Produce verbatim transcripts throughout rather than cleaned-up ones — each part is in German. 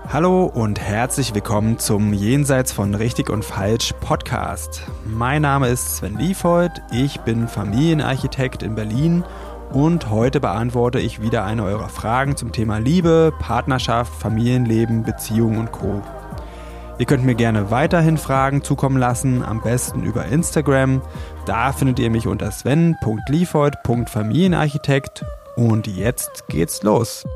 Hallo und herzlich willkommen zum Jenseits von Richtig und Falsch Podcast. Mein Name ist Sven Liefold, ich bin Familienarchitekt in Berlin und heute beantworte ich wieder eine eurer Fragen zum Thema Liebe, Partnerschaft, Familienleben, Beziehung und Co. Ihr könnt mir gerne weiterhin Fragen zukommen lassen, am besten über Instagram. Da findet ihr mich unter sven punkt liefold punkt familienarchitekt und jetzt geht's los.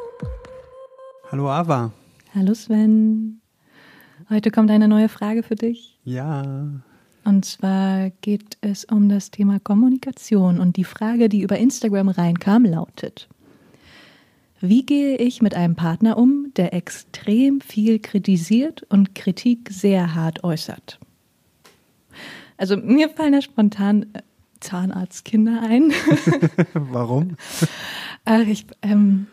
Hallo Ava. Hallo Sven. Heute kommt eine neue Frage für dich. Ja. Und zwar geht es um das Thema Kommunikation. Und die Frage, die über Instagram reinkam, lautet: Wie gehe ich mit einem Partner um, der extrem viel kritisiert und Kritik sehr hart äußert? Also mir fallen da spontan Zahnarztkinder ein. Warum? Ach, ich... Ähm,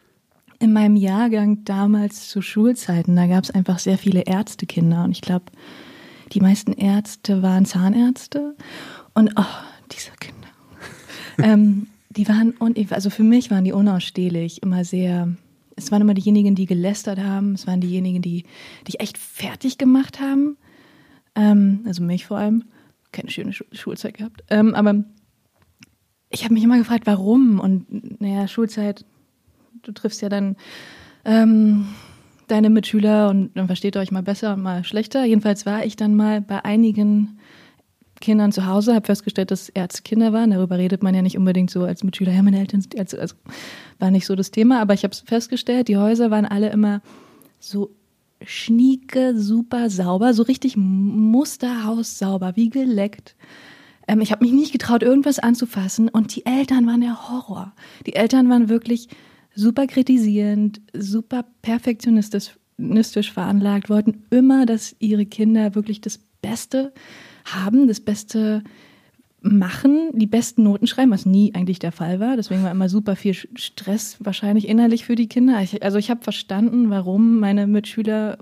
In meinem Jahrgang damals zu Schulzeiten, da gab es einfach sehr viele Ärztekinder und ich glaube, die meisten Ärzte waren Zahnärzte und oh, diese Kinder, ähm, die waren, also für mich waren die unausstehlich, immer sehr, es waren immer diejenigen, die gelästert haben, es waren diejenigen, die dich echt fertig gemacht haben, ähm, also mich vor allem, keine schöne Schu- Schulzeit gehabt, ähm, aber ich habe mich immer gefragt, warum und naja, Schulzeit, du triffst ja dann ähm, deine Mitschüler und dann versteht ihr euch mal besser und mal schlechter. Jedenfalls war ich dann mal bei einigen Kindern zu Hause, habe festgestellt, dass Ärztekinder waren. Darüber redet man ja nicht unbedingt so als Mitschüler. Ja, meine Eltern sind Ärzte. Also war nicht so das Thema, aber ich habe festgestellt, die Häuser waren alle immer so schnieke, super sauber, so richtig Musterhaus sauber, wie geleckt. Ähm, ich habe mich nicht getraut, irgendwas anzufassen und die Eltern waren der Horror. Die Eltern waren wirklich super kritisierend, super perfektionistisch veranlagt, wollten immer, dass ihre Kinder wirklich das Beste haben, das Beste machen, die besten Noten schreiben, was nie eigentlich der Fall war. Deswegen war immer super viel Stress wahrscheinlich innerlich für die Kinder. Ich, also ich habe verstanden, warum meine Mitschüler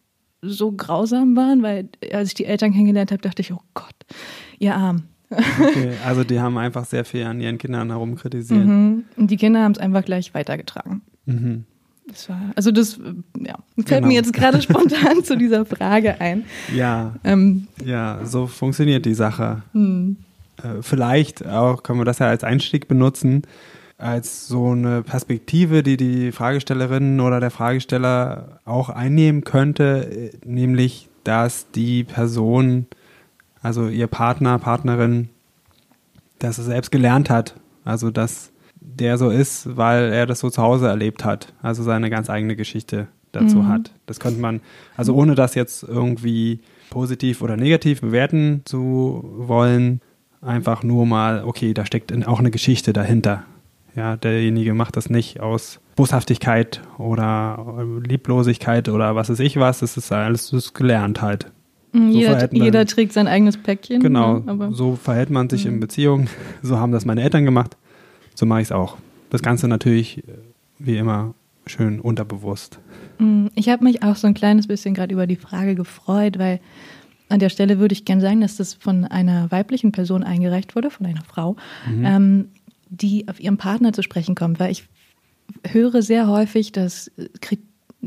so grausam waren, weil als ich die Eltern kennengelernt habe, dachte ich, oh Gott, ihr Arm. Okay, also die haben einfach sehr viel an ihren Kindern herumkritisiert. Mhm. Und die Kinder haben es einfach gleich weitergetragen. Mhm. Das war, also das ja, fällt Genau. mir jetzt gerade spontan zu dieser Frage ein. Ja, Ähm, ja, so funktioniert die Sache. hm. Äh, vielleicht auch können wir das ja als Einstieg benutzen, als so eine Perspektive, die die Fragestellerin oder der Fragesteller auch einnehmen könnte, nämlich, dass die Person, also ihr Partner, Partnerin, dass er selbst gelernt hat. Also, dass der so ist, weil er das so zu Hause erlebt hat. Also seine ganz eigene Geschichte dazu mhm. hat. Das könnte man, also ohne das jetzt irgendwie positiv oder negativ bewerten zu wollen, einfach nur mal, okay, da steckt auch eine Geschichte dahinter. Ja, derjenige macht das nicht aus Boshaftigkeit oder Lieblosigkeit oder was weiß ich was. Das ist alles das ist gelernt halt. So jeder, man, jeder trägt sein eigenes Päckchen. Genau, ne, aber so verhält man sich mhm. in Beziehungen. So haben das meine Eltern gemacht. So mache ich es auch. Das Ganze natürlich, wie immer, schön unterbewusst. Ich habe mich auch so ein kleines bisschen gerade über die Frage gefreut, weil an der Stelle würde ich gerne sagen, dass das von einer weiblichen Person eingereicht wurde, von einer Frau, mhm. ähm, die auf ihren Partner zu sprechen kommt. Weil ich höre sehr häufig, dass Kritik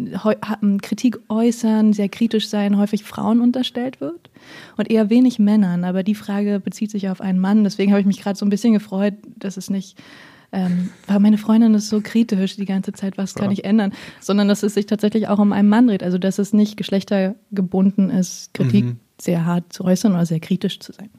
Kritik äußern, sehr kritisch sein, häufig Frauen unterstellt wird und eher wenig Männern. Aber die Frage bezieht sich auf einen Mann. Deswegen habe ich mich gerade so ein bisschen gefreut, dass es nicht, ähm, weil meine Freundin ist so kritisch die ganze Zeit, was kann ja. ich ändern, sondern dass es sich tatsächlich auch um einen Mann dreht. Also dass es nicht geschlechtergebunden ist, Kritik mhm. sehr hart zu äußern oder sehr kritisch zu sein.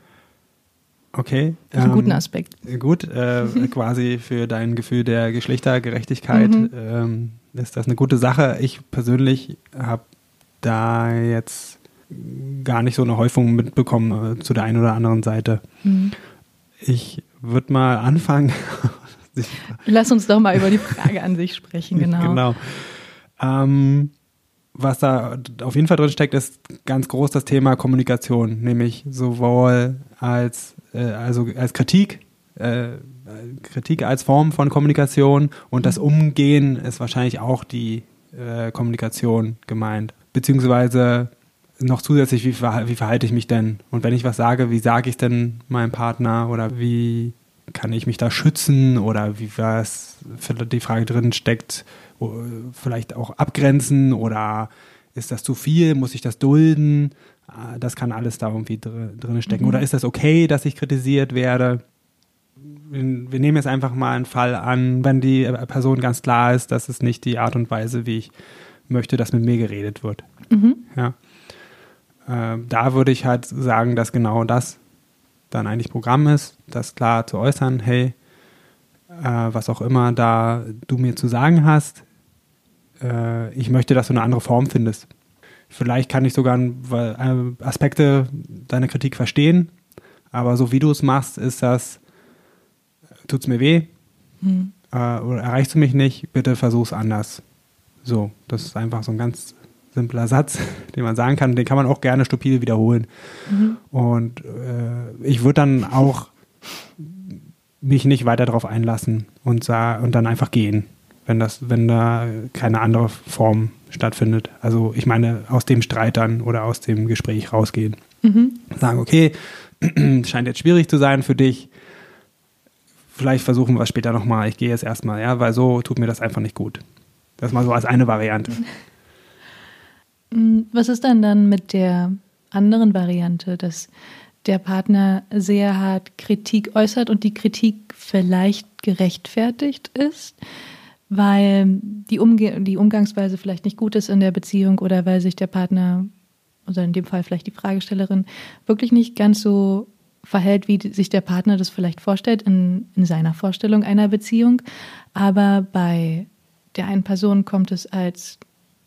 Okay. Das ist ein ähm, guter Aspekt. Gut, äh, quasi für dein Gefühl der Geschlechtergerechtigkeit mhm. ähm, ist das eine gute Sache. Ich persönlich habe da jetzt gar nicht so eine Häufung mitbekommen äh, zu der einen oder anderen Seite. Mhm. Ich würde mal anfangen. Lass uns doch mal über die Frage an sich sprechen, genau. Genau. Ähm, was da auf jeden Fall drin steckt, ist ganz groß das Thema Kommunikation, nämlich sowohl als, äh, also als Kritik, äh, Kritik als Form von Kommunikation und das Umgehen ist wahrscheinlich auch die äh, Kommunikation gemeint. Beziehungsweise noch zusätzlich, wie, verha- wie verhalte ich mich denn? Und wenn ich was sage, wie sage ich denn meinem Partner oder wie kann ich mich da schützen oder wie was für die Frage drin steckt, vielleicht auch abgrenzen oder ist das zu viel, muss ich das dulden? Das kann alles da irgendwie dr- drin stecken. Mhm. Oder ist das okay, dass ich kritisiert werde? Wir, wir nehmen jetzt einfach mal einen Fall an, wenn die Person ganz klar ist, dass es nicht die Art und Weise, wie ich möchte, dass mit mir geredet wird. Mhm. Ja. Äh, da würde ich halt sagen, dass genau das dann eigentlich Programm ist, das klar zu äußern, hey, äh, was auch immer da du mir zu sagen hast, äh, ich möchte, dass du eine andere Form findest. Vielleicht kann ich sogar äh, Aspekte deiner Kritik verstehen, aber so wie du es machst, ist das, tut es mir weh, hm. äh, oder erreichst du mich nicht, bitte versuch's anders. So, das ist einfach so ein ganz simpler Satz, den man sagen kann, den kann man auch gerne stupide wiederholen. Mhm. Und äh, ich würde dann auch mich nicht weiter darauf einlassen und, sa- und dann einfach gehen, wenn das, wenn da keine andere Form stattfindet. Also ich meine, aus dem Streit dann oder aus dem Gespräch rausgehen. Mhm. Sagen, okay, scheint jetzt schwierig zu sein für dich, vielleicht versuchen wir es später nochmal, ich gehe jetzt erstmal, ja, weil so tut mir das einfach nicht gut. Das mal so als eine Variante. Was ist denn dann mit der anderen Variante, dass der Partner sehr hart Kritik äußert und die Kritik vielleicht gerechtfertigt ist, weil die, Umge- die Umgangsweise vielleicht nicht gut ist in der Beziehung oder weil sich der Partner, oder in dem Fall vielleicht die Fragestellerin, wirklich nicht ganz so verhält, wie sich der Partner das vielleicht vorstellt in, in seiner Vorstellung einer Beziehung. Aber bei der einen Person kommt es als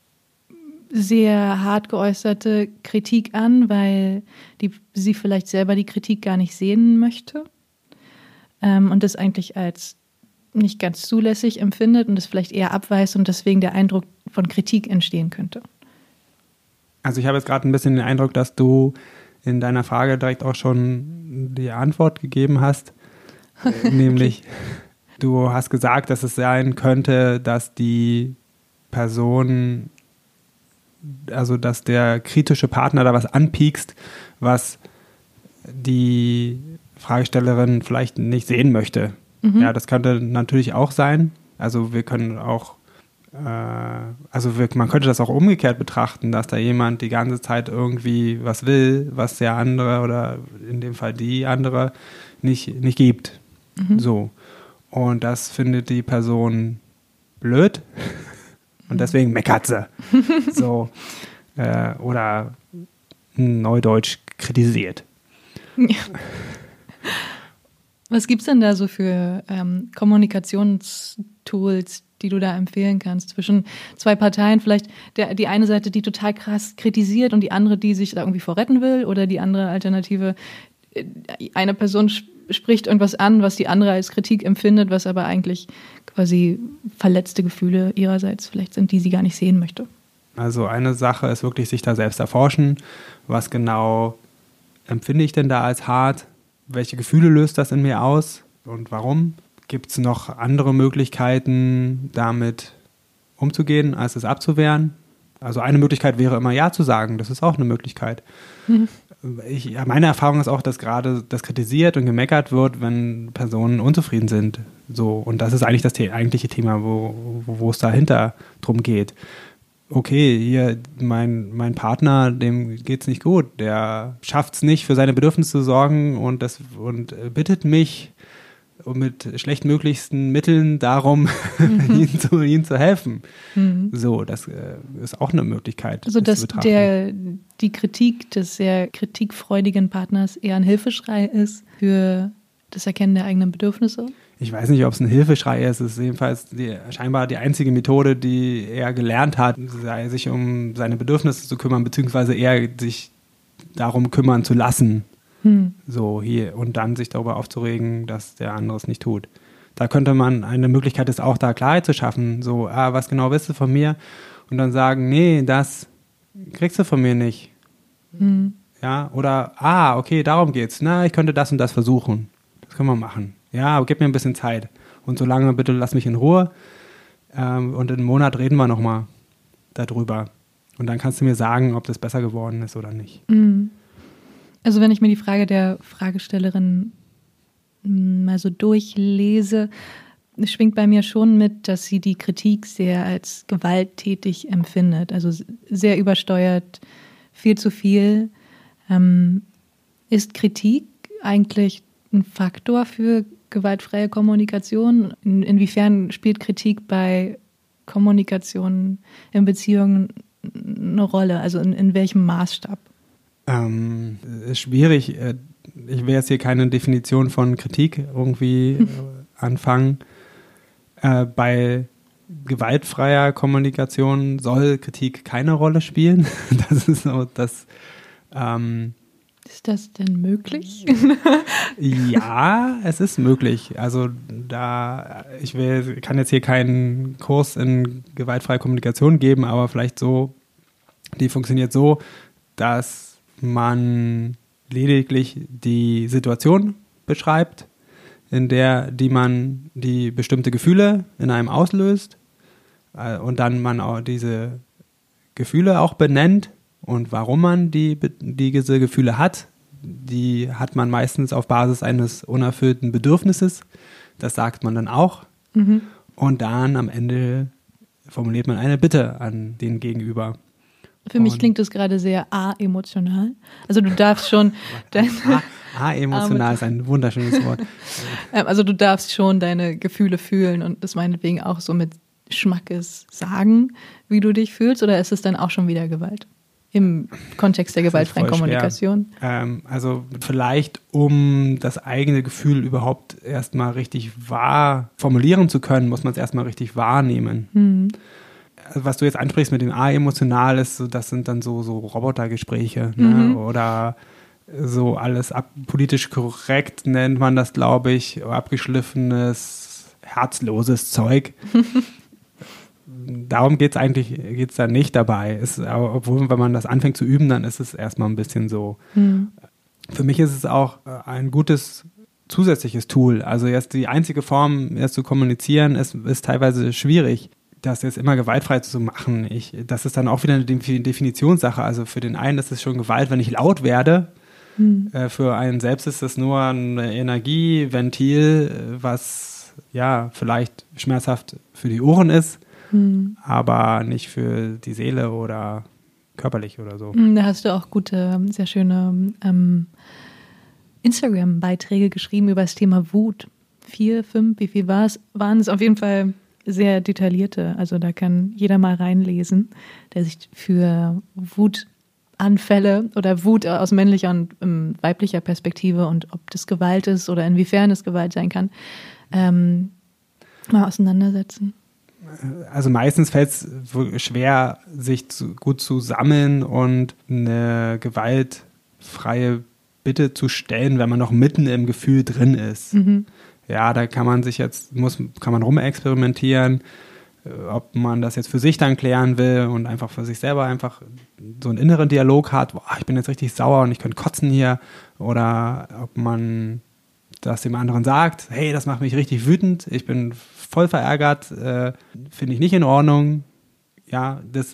sehr hart geäußerte Kritik an, weil die, sie vielleicht selber die Kritik gar nicht sehen möchte ähm, und das eigentlich als nicht ganz zulässig empfindet und das vielleicht eher abweist und deswegen der Eindruck von Kritik entstehen könnte. Also ich habe jetzt gerade ein bisschen den Eindruck, dass du in deiner Frage direkt auch schon die Antwort gegeben hast, äh, nämlich okay. Du hast gesagt, dass es sein könnte, dass die Person, also dass der kritische Partner da was anpiekst, was die Fragestellerin vielleicht nicht sehen möchte. Mhm. Ja, das könnte natürlich auch sein. Also wir können auch, äh, also wir, man könnte das auch umgekehrt betrachten, dass da jemand die ganze Zeit irgendwie was will, was der andere oder in dem Fall die andere nicht, nicht gibt. Mhm. So. Und das findet die Person blöd und deswegen meckert sie. So. Äh, oder neudeutsch kritisiert. Ja. Was gibt es denn da so für ähm, Kommunikationstools, die du da empfehlen kannst zwischen zwei Parteien? Vielleicht der, die eine Seite, die total krass kritisiert und die andere, die sich da irgendwie vorretten will, oder die andere Alternative, eine Person spricht irgendwas an, was die andere als Kritik empfindet, was aber eigentlich quasi verletzte Gefühle ihrerseits vielleicht sind, die sie gar nicht sehen möchte. Also eine Sache ist wirklich sich da selbst erforschen. Was genau empfinde ich denn da als hart? Welche Gefühle löst das in mir aus und warum? Gibt es noch andere Möglichkeiten, damit umzugehen, als es abzuwehren? Also eine Möglichkeit wäre immer Ja zu sagen. Das ist auch eine Möglichkeit. Mhm. Ich, meine Erfahrung ist auch, dass gerade das kritisiert und gemeckert wird, wenn Personen unzufrieden sind. So, und das ist eigentlich das the- eigentliche Thema, wo, wo, wo es dahinter drum geht. Okay, hier, mein, mein Partner, dem geht's nicht gut. Der schafft es nicht, für seine Bedürfnisse zu sorgen und, das, und bittet mich mit schlechtmöglichsten Mitteln darum, mhm. ihm, zu, ihm zu helfen. Mhm. So, das äh, ist auch eine Möglichkeit. Also, das dass der, die Kritik des sehr kritikfreudigen Partners eher ein Hilfeschrei ist für das Erkennen der eigenen Bedürfnisse? Ich weiß nicht, ob es ein Hilfeschrei ist. Es ist jedenfalls die, scheinbar die einzige Methode, die er gelernt hat, sei, sich um seine Bedürfnisse zu kümmern, beziehungsweise eher sich darum kümmern zu lassen. Hm. So hier und dann sich darüber aufzuregen, dass der andere es nicht tut. Da könnte man, eine Möglichkeit ist auch da Klarheit zu schaffen, so, ah, was genau willst du von mir? Und dann sagen, nee, das kriegst du von mir nicht. Hm. Ja, oder, ah, okay, darum geht's. Na, ich könnte das und das versuchen. Das können wir machen. Ja, aber gib mir ein bisschen Zeit. Und solange bitte lass mich in Ruhe. Ähm, und in einem Monat reden wir nochmal darüber. Und dann kannst du mir sagen, ob das besser geworden ist oder nicht. Mhm. Also wenn ich mir die Frage der Fragestellerin mal so durchlese, schwingt bei mir schon mit, dass sie die Kritik sehr als gewalttätig empfindet. Also sehr übersteuert, viel zu viel. Ähm, ist Kritik eigentlich ein Faktor für gewaltfreie Kommunikation? In, inwiefern spielt Kritik bei Kommunikation in Beziehungen eine Rolle? Also in, in welchem Maßstab? Ähm, ist schwierig. Ich will jetzt hier keine Definition von Kritik irgendwie anfangen. Äh, bei gewaltfreier Kommunikation soll Kritik keine Rolle spielen. Das ist so das. Ähm, ist das denn möglich? Ja, es ist möglich. Also da, ich will, kann jetzt hier keinen Kurs in gewaltfreie Kommunikation geben, aber vielleicht so, die funktioniert so, dass man lediglich die Situation beschreibt, in der, die man die bestimmte Gefühle in einem auslöst und dann man auch diese Gefühle auch benennt und warum man die, die diese Gefühle hat. Die hat man meistens auf Basis eines unerfüllten Bedürfnisses. Das sagt man dann auch. Mhm. Und dann am Ende formuliert man eine Bitte an den Gegenüber. Für mich klingt das gerade sehr a-emotional. Also du darfst schon... Deine A-emotional ist ein wunderschönes Wort. Also du darfst schon deine Gefühle fühlen und das meinetwegen auch so mit Schmackes sagen, wie du dich fühlst, oder ist es dann auch schon wieder Gewalt? Im Kontext der gewaltfreien Kommunikation? Ähm, also vielleicht, um das eigene Gefühl überhaupt erstmal richtig wahr formulieren zu können, muss man es erstmal richtig wahrnehmen. Mhm. Was du jetzt ansprichst mit dem A-emotional ist, das sind dann so, so Robotergespräche, ne? Mhm. Oder so alles ab, politisch korrekt nennt man das, glaube ich, abgeschliffenes, herzloses Zeug. Darum geht es eigentlich geht's da nicht dabei. Es, obwohl, wenn man das anfängt zu üben, dann ist es erstmal ein bisschen so. Mhm. Für mich ist es auch ein gutes zusätzliches Tool. Also jetzt die einzige Form, erst zu kommunizieren, ist, ist teilweise schwierig, das jetzt immer gewaltfrei zu machen. Ich, das ist dann auch wieder eine Definitionssache. Also für den einen ist es schon Gewalt, wenn ich laut werde. Mhm. Äh, für einen selbst ist das nur ein Energieventil, was ja vielleicht schmerzhaft für die Ohren ist. Hm. Aber nicht für die Seele oder körperlich oder so. Da hast du auch gute, sehr schöne ähm, Instagram-Beiträge geschrieben über das Thema Wut. Vier, fünf, wie viel war es? Waren es auf jeden Fall sehr detaillierte. Also da kann jeder mal reinlesen, der sich für Wutanfälle oder Wut aus männlicher und ähm, weiblicher Perspektive und ob das Gewalt ist oder inwiefern es Gewalt sein kann, ähm, mal auseinandersetzen. Also meistens fällt es schwer, sich zu, gut zu sammeln und eine gewaltfreie Bitte zu stellen, wenn man noch mitten im Gefühl drin ist. Mhm. Ja, da kann man sich jetzt, muss, kann man rumexperimentieren, ob man das jetzt für sich dann klären will und einfach für sich selber einfach so einen inneren Dialog hat, boah, ich bin jetzt richtig sauer und ich könnte kotzen hier, oder ob man das dem anderen sagt, hey, das macht mich richtig wütend, ich bin voll verärgert, äh, finde ich nicht in Ordnung. Ja, das,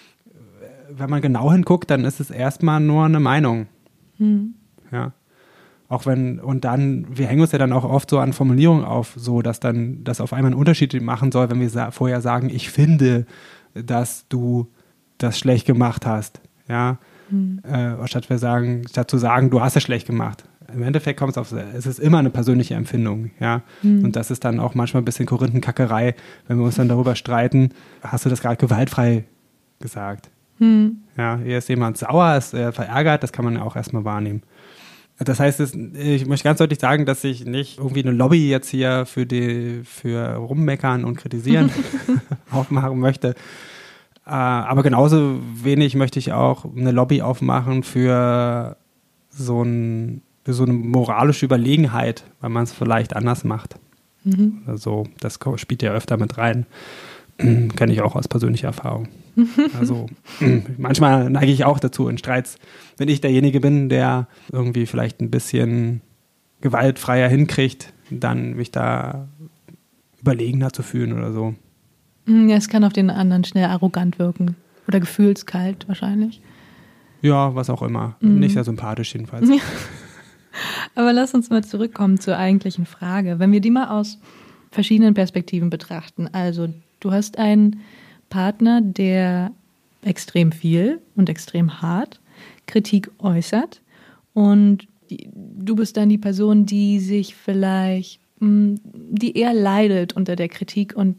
wenn man genau hinguckt, dann ist es erstmal nur eine Meinung. Mhm. Ja. Auch wenn, und dann, wir hängen uns ja dann auch oft so an Formulierungen auf, so, dass dann das auf einmal einen Unterschied machen soll, wenn wir sa- vorher sagen, ich finde, dass du das schlecht gemacht hast. Ja. Mhm. Äh, statt wir sagen, statt zu sagen, du hast es schlecht gemacht. Im Endeffekt kommt es auf, es ist immer eine persönliche Empfindung, ja. Mhm. Und das ist dann auch manchmal ein bisschen Korinthenkackerei, wenn wir uns dann darüber streiten, hast du das gerade gewaltfrei gesagt? Mhm. Ja, hier ist jemand sauer, ist äh, verärgert, das kann man ja auch erstmal wahrnehmen. Das heißt, es, ich möchte ganz deutlich sagen, dass ich nicht irgendwie eine Lobby jetzt hier für die, für Rummeckern und Kritisieren aufmachen möchte. Äh, aber genauso wenig möchte ich auch eine Lobby aufmachen für so ein für so eine moralische Überlegenheit, weil man es vielleicht anders macht. Mhm. Oder so. Das spielt ja öfter mit rein. Kenne ich auch aus persönlicher Erfahrung. Also manchmal neige ich auch dazu in Streits, wenn ich derjenige bin, der irgendwie vielleicht ein bisschen gewaltfreier hinkriegt, dann mich da überlegener zu fühlen oder so. Ja, es kann auf den anderen schnell arrogant wirken. Oder gefühlskalt wahrscheinlich. Ja, was auch immer. Mhm. Nicht sehr sympathisch jedenfalls. Ja. Aber lass uns mal zurückkommen zur eigentlichen Frage. Wenn wir die mal aus verschiedenen Perspektiven betrachten. Also du hast einen Partner, der extrem viel und extrem hart Kritik äußert und die, du bist dann die Person, die sich vielleicht, mh, die eher leidet unter der Kritik und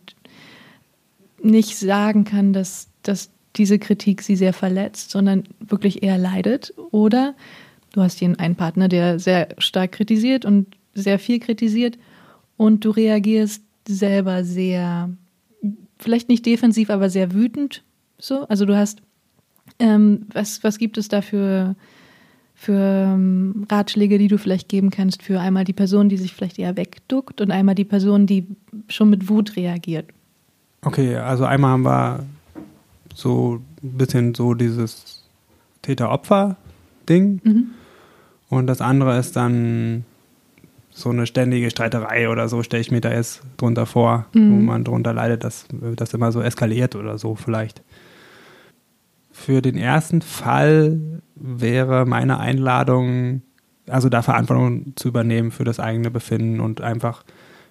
nicht sagen kann, dass, dass diese Kritik sie sehr verletzt, sondern wirklich eher leidet. Oder du hast hier einen Partner, der sehr stark kritisiert und sehr viel kritisiert und du reagierst selber sehr, vielleicht nicht defensiv, aber sehr wütend. So, also du hast, ähm, was, was gibt es da für, für ähm, Ratschläge, die du vielleicht geben kannst für einmal die Person, die sich vielleicht eher wegduckt und einmal die Person, die schon mit Wut reagiert? Okay, also einmal haben wir so ein bisschen so dieses Täter-Opfer-Ding mhm. und das andere ist dann so eine ständige Streiterei oder so, stelle ich mir da jetzt drunter vor, mhm. wo man drunter leidet, dass das immer so eskaliert oder so vielleicht. Für den ersten Fall wäre meine Einladung, also da Verantwortung zu übernehmen für das eigene Befinden und einfach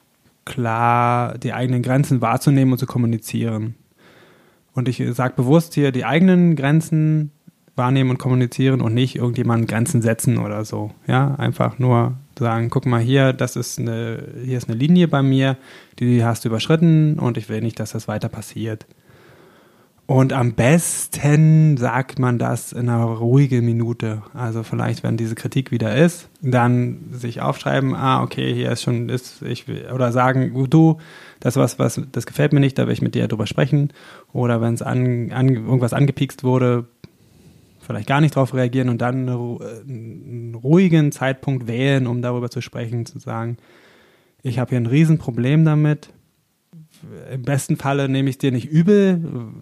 klar die eigenen Grenzen wahrzunehmen und zu kommunizieren. Und ich sage bewusst hier, die eigenen Grenzen wahrnehmen und kommunizieren und nicht irgendjemandem Grenzen setzen oder so. Ja, einfach nur sagen, guck mal hier, das ist eine, hier ist eine Linie bei mir, die hast du überschritten und ich will nicht, dass das weiter passiert. Und am besten sagt man das in einer ruhigen Minute. Also vielleicht, wenn diese Kritik wieder ist, dann sich aufschreiben, ah, okay, hier ist schon, ist, ich will, oder sagen, du, das was, was, das gefällt mir nicht, da will ich mit dir drüber sprechen. Oder wenn es an, an, irgendwas angepikst wurde, vielleicht gar nicht drauf reagieren und dann einen ruhigen Zeitpunkt wählen, um darüber zu sprechen, zu sagen, ich habe hier ein Riesenproblem damit. Im besten Falle nehme ich es dir nicht übel.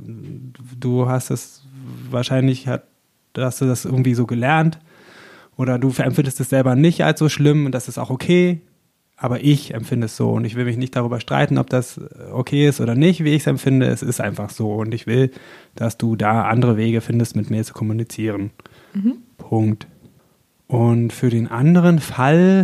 Du hast es wahrscheinlich, hat, hast du das irgendwie so gelernt oder du empfindest es selber nicht als so schlimm und das ist auch okay, aber ich empfinde es so und ich will mich nicht darüber streiten, ob das okay ist oder nicht, wie ich es empfinde. Es ist einfach so und ich will, dass du da andere Wege findest, mit mir zu kommunizieren. Mhm. Punkt. Und für den anderen Fall...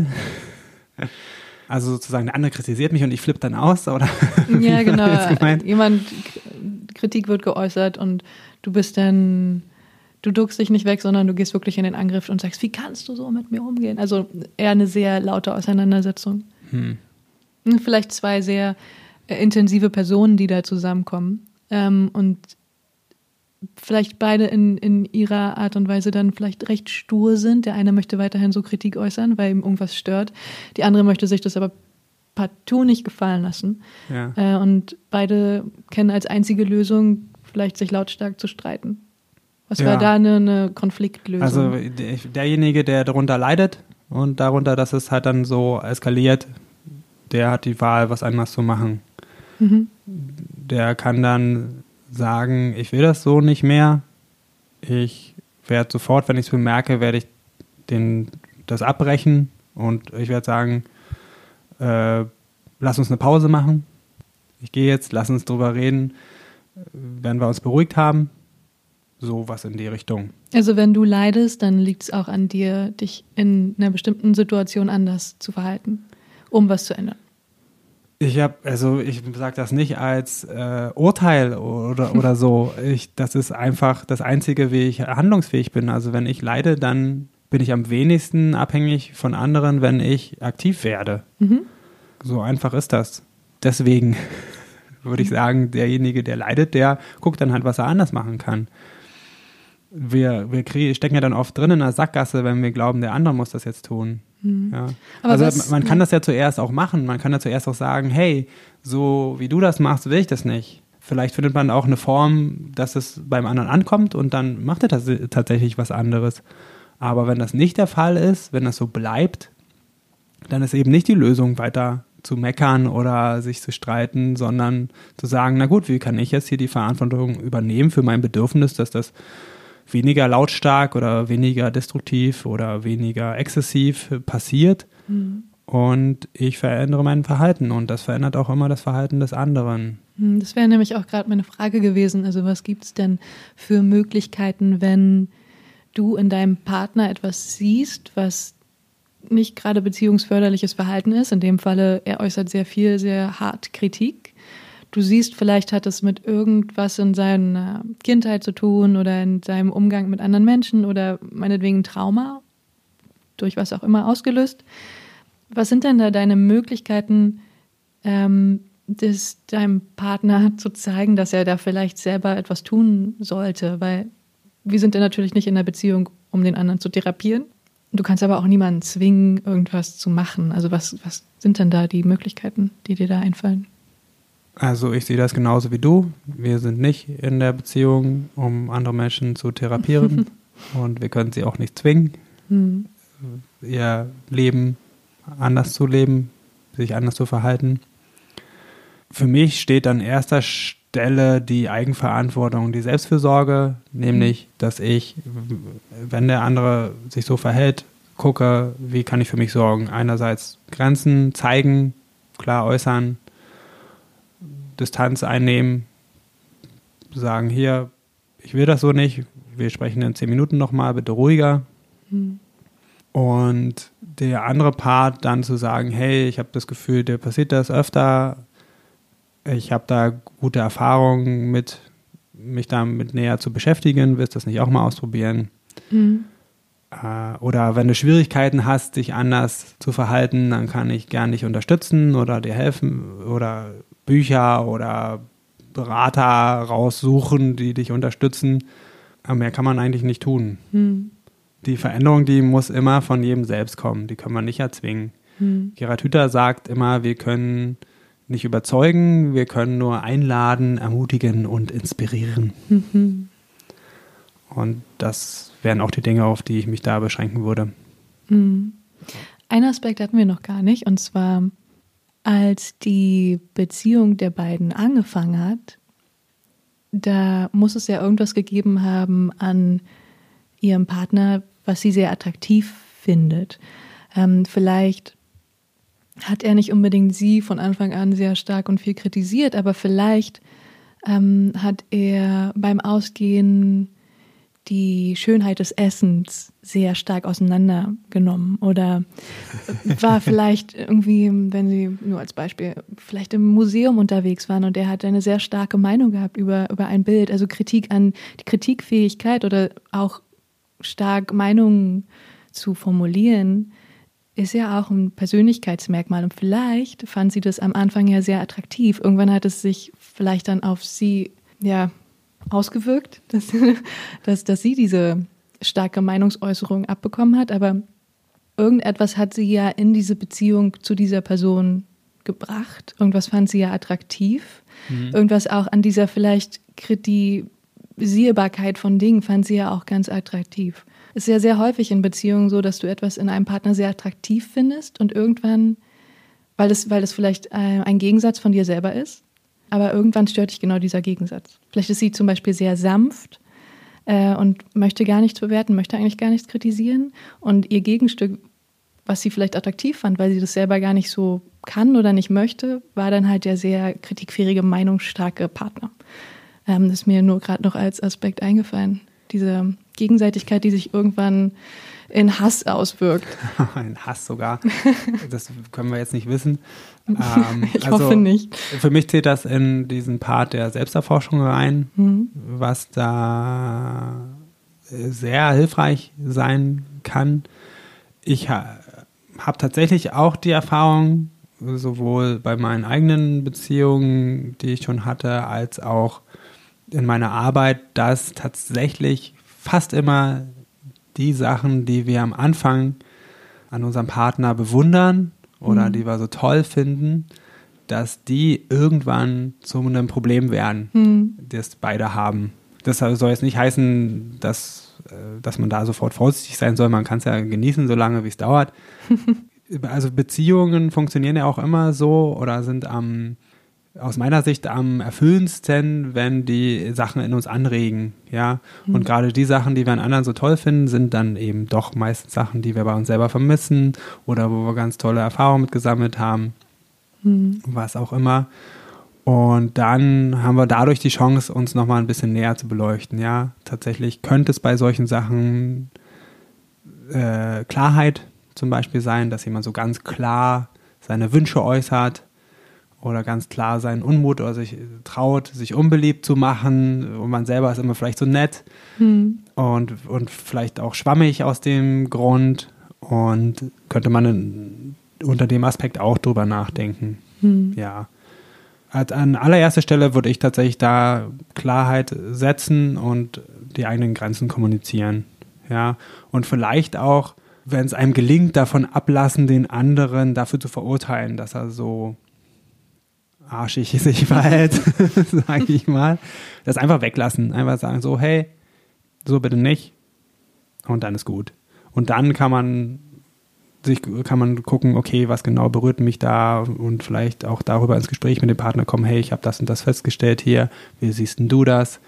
Also sozusagen der andere kritisiert mich und ich flippe dann aus, oder? Ja, genau. Jemand, Kritik wird geäußert und du bist dann, du duckst dich nicht weg, sondern du gehst wirklich in den Angriff und sagst, wie kannst du so mit mir umgehen? Also eher eine sehr laute Auseinandersetzung. Hm. Vielleicht zwei sehr intensive Personen, die da zusammenkommen ähm, und vielleicht beide in, in ihrer Art und Weise dann vielleicht recht stur sind. Der eine möchte weiterhin so Kritik äußern, weil ihm irgendwas stört. Die andere möchte sich das aber partout nicht gefallen lassen. Ja. Äh, und beide kennen als einzige Lösung, vielleicht sich lautstark zu streiten. Was ja. wäre da eine, eine Konfliktlösung? Also derjenige, der darunter leidet und darunter, dass es halt dann so eskaliert, der hat die Wahl, was anders zu machen. Mhm. Der kann dann sagen, ich will das so nicht mehr. Ich werde sofort, wenn ich es bemerke, werde ich den, das abbrechen und ich werde sagen, äh, lass uns eine Pause machen. Ich gehe jetzt, lass uns drüber reden, wenn wir uns beruhigt haben. So was in die Richtung. Also wenn du leidest, dann liegt es auch an dir, dich in einer bestimmten Situation anders zu verhalten, um was zu ändern. Ich habe, also ich sage das nicht als äh, Urteil oder, oder so. Ich, das ist einfach das Einzige, wie ich handlungsfähig bin. Also wenn ich leide, dann bin ich am wenigsten abhängig von anderen, wenn ich aktiv werde. Mhm. So einfach ist das. Deswegen würde ich sagen, derjenige, der leidet, der guckt dann halt, was er anders machen kann. Wir, wir krieg, stecken ja dann oft drin in einer Sackgasse, wenn wir glauben, der andere muss das jetzt tun. Mhm. Ja. Also was, man kann das ja zuerst auch machen. Man kann ja zuerst auch sagen, hey, so wie du das machst, will ich das nicht. Vielleicht findet man auch eine Form, dass es beim anderen ankommt und dann macht er das tatsächlich was anderes. Aber wenn das nicht der Fall ist, wenn das so bleibt, dann ist eben nicht die Lösung, weiter zu meckern oder sich zu streiten, sondern zu sagen, na gut, wie kann ich jetzt hier die Verantwortung übernehmen für mein Bedürfnis, dass das weniger lautstark oder weniger destruktiv oder weniger exzessiv passiert mhm. und ich verändere mein Verhalten und das verändert auch immer das Verhalten des anderen. Das wäre nämlich auch gerade meine Frage gewesen, also was gibt es denn für Möglichkeiten, wenn du in deinem Partner etwas siehst, was nicht gerade beziehungsförderliches Verhalten ist. In dem Falle, er äußert sehr viel, sehr hart Kritik. Du siehst, vielleicht hat es mit irgendwas in seiner Kindheit zu tun oder in seinem Umgang mit anderen Menschen oder meinetwegen Trauma, durch was auch immer ausgelöst. Was sind denn da deine Möglichkeiten, ähm, das deinem Partner zu zeigen, dass er da vielleicht selber etwas tun sollte? Weil wir sind ja natürlich nicht in der Beziehung, um den anderen zu therapieren. Du kannst aber auch niemanden zwingen, irgendwas zu machen. Also was, was sind denn da die Möglichkeiten, die dir da einfallen? Also ich sehe das genauso wie du. Wir sind nicht in der Beziehung, um andere Menschen zu therapieren und wir können sie auch nicht zwingen, hm. ihr Leben anders zu leben, sich anders zu verhalten. Für mich steht an erster Stelle die Eigenverantwortung, die Selbstfürsorge, nämlich, hm. dass ich, wenn der andere sich so verhält, gucke, wie kann ich für mich sorgen. Einerseits Grenzen zeigen, klar äußern, Distanz einnehmen, sagen, hier, ich will das so nicht, wir sprechen in zehn Minuten nochmal, bitte ruhiger. Mhm. Und der andere Part dann zu sagen, hey, ich habe das Gefühl, dir passiert das öfter, ich habe da gute Erfahrungen mit, mich damit näher zu beschäftigen, willst du das nicht auch mal ausprobieren? Mhm. Äh, oder wenn du Schwierigkeiten hast, dich anders zu verhalten, dann kann ich gern dich unterstützen oder dir helfen oder Bücher oder Berater raussuchen, die dich unterstützen. Aber mehr kann man eigentlich nicht tun. Hm. Die Veränderung, die muss immer von jedem selbst kommen. Die können wir nicht erzwingen. Hm. Gerhard Hüther sagt immer, wir können nicht überzeugen, wir können nur einladen, ermutigen und inspirieren. Mhm. Und das wären auch die Dinge, auf die ich mich da beschränken würde. Mhm. Einen Aspekt hatten wir noch gar nicht, und zwar als die Beziehung der beiden angefangen hat, da muss es ja irgendwas gegeben haben an ihrem Partner, was sie sehr attraktiv findet. Ähm, vielleicht hat er nicht unbedingt sie von Anfang an sehr stark und viel kritisiert, aber vielleicht ähm, hat er beim Ausgehen die Schönheit des Essens sehr stark auseinandergenommen oder war vielleicht irgendwie, wenn sie nur als Beispiel, vielleicht im Museum unterwegs waren und er hat eine sehr starke Meinung gehabt über, über ein Bild, also Kritik an die Kritikfähigkeit oder auch stark Meinungen zu formulieren, ist ja auch ein Persönlichkeitsmerkmal und vielleicht fand sie das am Anfang ja sehr attraktiv. Irgendwann hat es sich vielleicht dann auf sie, ja, ausgewirkt, dass, dass, dass sie diese starke Meinungsäußerung abbekommen hat, aber irgendetwas hat sie ja in diese Beziehung zu dieser Person gebracht. Irgendwas fand sie ja attraktiv. Mhm. Irgendwas auch an dieser vielleicht Kritisierbarkeit von Dingen fand sie ja auch ganz attraktiv. Es ist ja sehr häufig in Beziehungen so, dass du etwas in einem Partner sehr attraktiv findest und irgendwann, weil es, weil es vielleicht ein Gegensatz von dir selber ist, aber irgendwann stört dich genau dieser Gegensatz. Vielleicht ist sie zum Beispiel sehr sanft äh, und möchte gar nichts bewerten, möchte eigentlich gar nichts kritisieren. Und ihr Gegenstück, was sie vielleicht attraktiv fand, weil sie das selber gar nicht so kann oder nicht möchte, war dann halt der sehr kritikfähige, meinungsstarke Partner. Ähm, das ist mir nur gerade noch als Aspekt eingefallen. Diese Gegenseitigkeit, die sich irgendwann in Hass auswirkt. In Hass sogar. Das können wir jetzt nicht wissen. Ähm, ich also hoffe nicht. Für mich zählt das in diesen Part der Selbsterforschung rein, mhm. was da sehr hilfreich sein kann. Ich ha- habe tatsächlich auch die Erfahrung, sowohl bei meinen eigenen Beziehungen, die ich schon hatte, als auch in meiner Arbeit, dass tatsächlich fast immer die Sachen, die wir am Anfang an unserem Partner bewundern oder mhm. die wir so toll finden, dass die irgendwann zu einem Problem werden, mhm. das beide haben. Das soll jetzt nicht heißen, dass, dass man da sofort vorsichtig sein soll. Man kann es ja genießen, solange wie es dauert. Also Beziehungen funktionieren ja auch immer so oder sind am aus meiner Sicht am erfüllendsten, wenn die Sachen in uns anregen, ja. Mhm. Und gerade die Sachen, die wir an anderen so toll finden, sind dann eben doch meistens Sachen, die wir bei uns selber vermissen oder wo wir ganz tolle Erfahrungen mit gesammelt haben, mhm. was auch immer. Und dann haben wir dadurch die Chance, uns nochmal ein bisschen näher zu beleuchten, ja. Tatsächlich könnte es bei solchen Sachen äh, Klarheit zum Beispiel sein, dass jemand so ganz klar seine Wünsche äußert oder ganz klar seinen Unmut oder sich traut, sich unbeliebt zu machen und man selber ist immer vielleicht so nett hm. und, und vielleicht auch schwammig aus dem Grund und könnte man in, unter dem Aspekt auch drüber nachdenken. Hm. Ja. An allererster Stelle würde ich tatsächlich da Klarheit setzen und die eigenen Grenzen kommunizieren. Ja. Und vielleicht auch, wenn es einem gelingt, davon ablassen, den anderen dafür zu verurteilen, dass er so arschig sich verhält, sage ich mal. Das einfach weglassen. Einfach sagen so, hey, so bitte nicht. Und dann ist gut. Und dann kann man sich, kann man gucken, okay, was genau berührt mich da und vielleicht auch darüber ins Gespräch mit dem Partner kommen, hey, ich habe das und das festgestellt hier, wie siehst denn du das?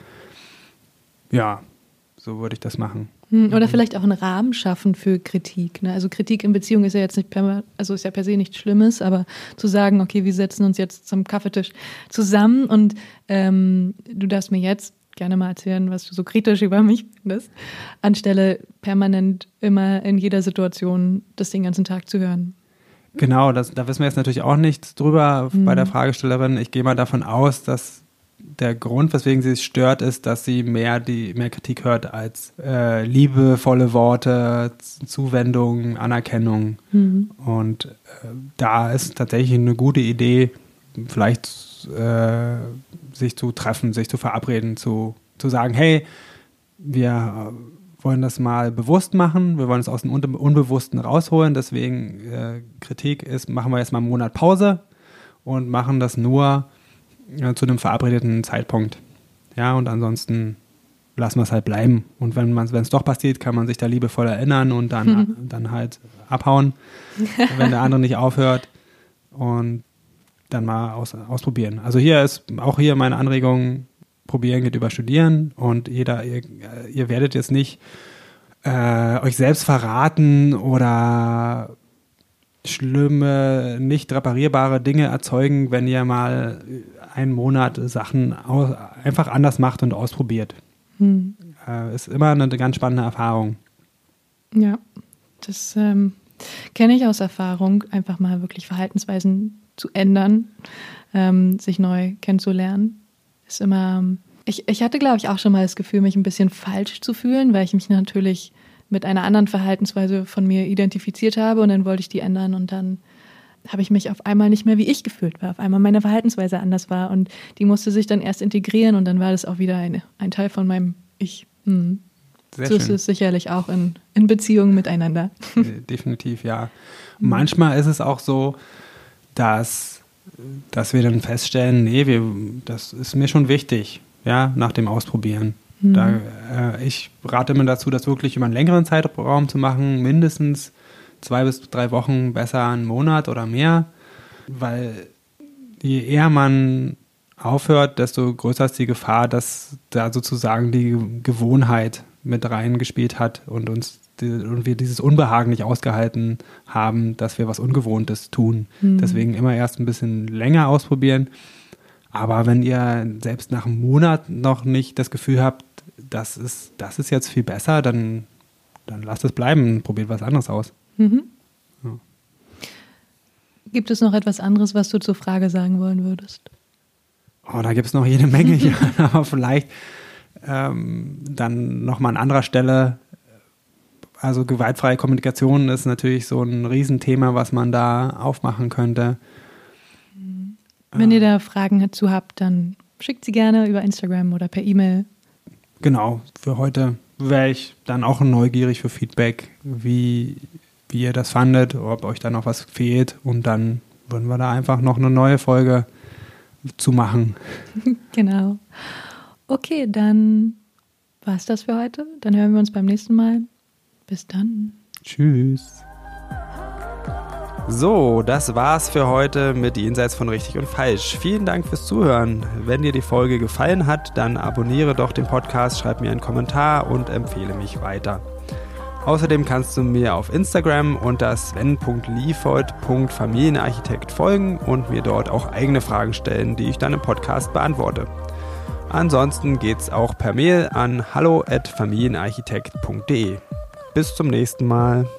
Ja, so würde ich das machen. Oder vielleicht auch einen Rahmen schaffen für Kritik. Ne? Also Kritik in Beziehung ist ja jetzt nicht per, also ist ja per se nichts Schlimmes, aber zu sagen, okay, wir setzen uns jetzt zum Kaffeetisch zusammen und ähm, du darfst mir jetzt gerne mal erzählen, was du so kritisch über mich findest, anstelle permanent immer in jeder Situation das den ganzen Tag zu hören. Genau, das, da wissen wir jetzt natürlich auch nichts drüber mhm. bei der Fragestellerin. Ich gehe mal davon aus, dass der Grund, weswegen sie es stört, ist, dass sie mehr die mehr Kritik hört als äh, liebevolle Worte, Zuwendung, Anerkennung. Mhm. Und äh, da ist tatsächlich eine gute Idee, vielleicht äh, sich zu treffen, sich zu verabreden, zu, zu sagen, hey, wir wollen das mal bewusst machen, wir wollen es aus dem Unbe- Unbewussten rausholen, deswegen äh, Kritik ist, machen wir jetzt mal einen Monat Pause und machen das nur ja, zu einem verabredeten Zeitpunkt. Ja, und ansonsten lassen wir es halt bleiben. Und wenn man, wenn es doch passiert, kann man sich da liebevoll erinnern und dann, mhm. dann halt abhauen, wenn der andere nicht aufhört und dann mal aus, ausprobieren. Also hier ist auch hier meine Anregung, probieren geht über studieren und jeder, ihr, ihr werdet jetzt nicht äh, euch selbst verraten oder schlimme, nicht reparierbare Dinge erzeugen, wenn ihr mal einen Monat Sachen aus, einfach anders macht und ausprobiert. Hm. Äh, ist immer eine ganz spannende Erfahrung. Ja, das ähm, kenne ich aus Erfahrung, einfach mal wirklich Verhaltensweisen zu ändern, ähm, sich neu kennenzulernen. Ist immer, ich, ich hatte, glaube ich, auch schon mal das Gefühl, mich ein bisschen falsch zu fühlen, weil ich mich natürlich mit einer anderen Verhaltensweise von mir identifiziert habe und dann wollte ich die ändern und dann habe ich mich auf einmal nicht mehr wie ich gefühlt, weil auf einmal meine Verhaltensweise anders war und die musste sich dann erst integrieren und dann war das auch wieder eine, ein Teil von meinem Ich. Hm. Sehr so schön. Ist es sicherlich auch in, in Beziehungen miteinander. Definitiv, ja. Manchmal ist es auch so, dass, dass wir dann feststellen, nee, wir, das ist mir schon wichtig, ja, nach dem Ausprobieren. Mhm. Da, äh, ich rate mir dazu, das wirklich über einen längeren Zeitraum zu machen, mindestens zwei bis drei Wochen, besser einen Monat oder mehr, weil je eher man aufhört, desto größer ist die Gefahr, dass da sozusagen die Gewohnheit mit reingespielt hat und uns die, und wir dieses Unbehagen nicht ausgehalten haben, dass wir was Ungewohntes tun. Mhm. Deswegen immer erst ein bisschen länger ausprobieren. Aber wenn ihr selbst nach einem Monat noch nicht das Gefühl habt, das ist, das ist jetzt viel besser, dann, dann lasst es bleiben und probiert was anderes aus. Mhm. Ja. Gibt es noch etwas anderes, was du zur Frage sagen wollen würdest? Oh, da gibt es noch jede Menge, ja, aber vielleicht ähm, dann nochmal an anderer Stelle. Also gewaltfreie Kommunikation ist natürlich so ein Riesenthema, was man da aufmachen könnte. Wenn ihr da Fragen dazu habt, dann schickt sie gerne über Instagram oder per E-Mail. Genau, für heute wäre ich dann auch neugierig für Feedback, wie, wie ihr das fandet, ob euch da noch was fehlt und dann würden wir da einfach noch eine neue Folge zu machen. Genau. Okay, dann war es das für heute. Dann hören wir uns beim nächsten Mal. Bis dann. Tschüss. So, das war's für heute mit Jenseits von Richtig und Falsch. Vielen Dank fürs Zuhören. Wenn dir die Folge gefallen hat, dann abonniere doch den Podcast, schreib mir einen Kommentar und empfehle mich weiter. Außerdem kannst du mir auf Instagram unter sven punkt liefold punkt familienarchitekt folgen und mir dort auch eigene Fragen stellen, die ich dann im Podcast beantworte. Ansonsten geht's auch per Mail an hallo at familienarchitekt punkt de. Bis zum nächsten Mal.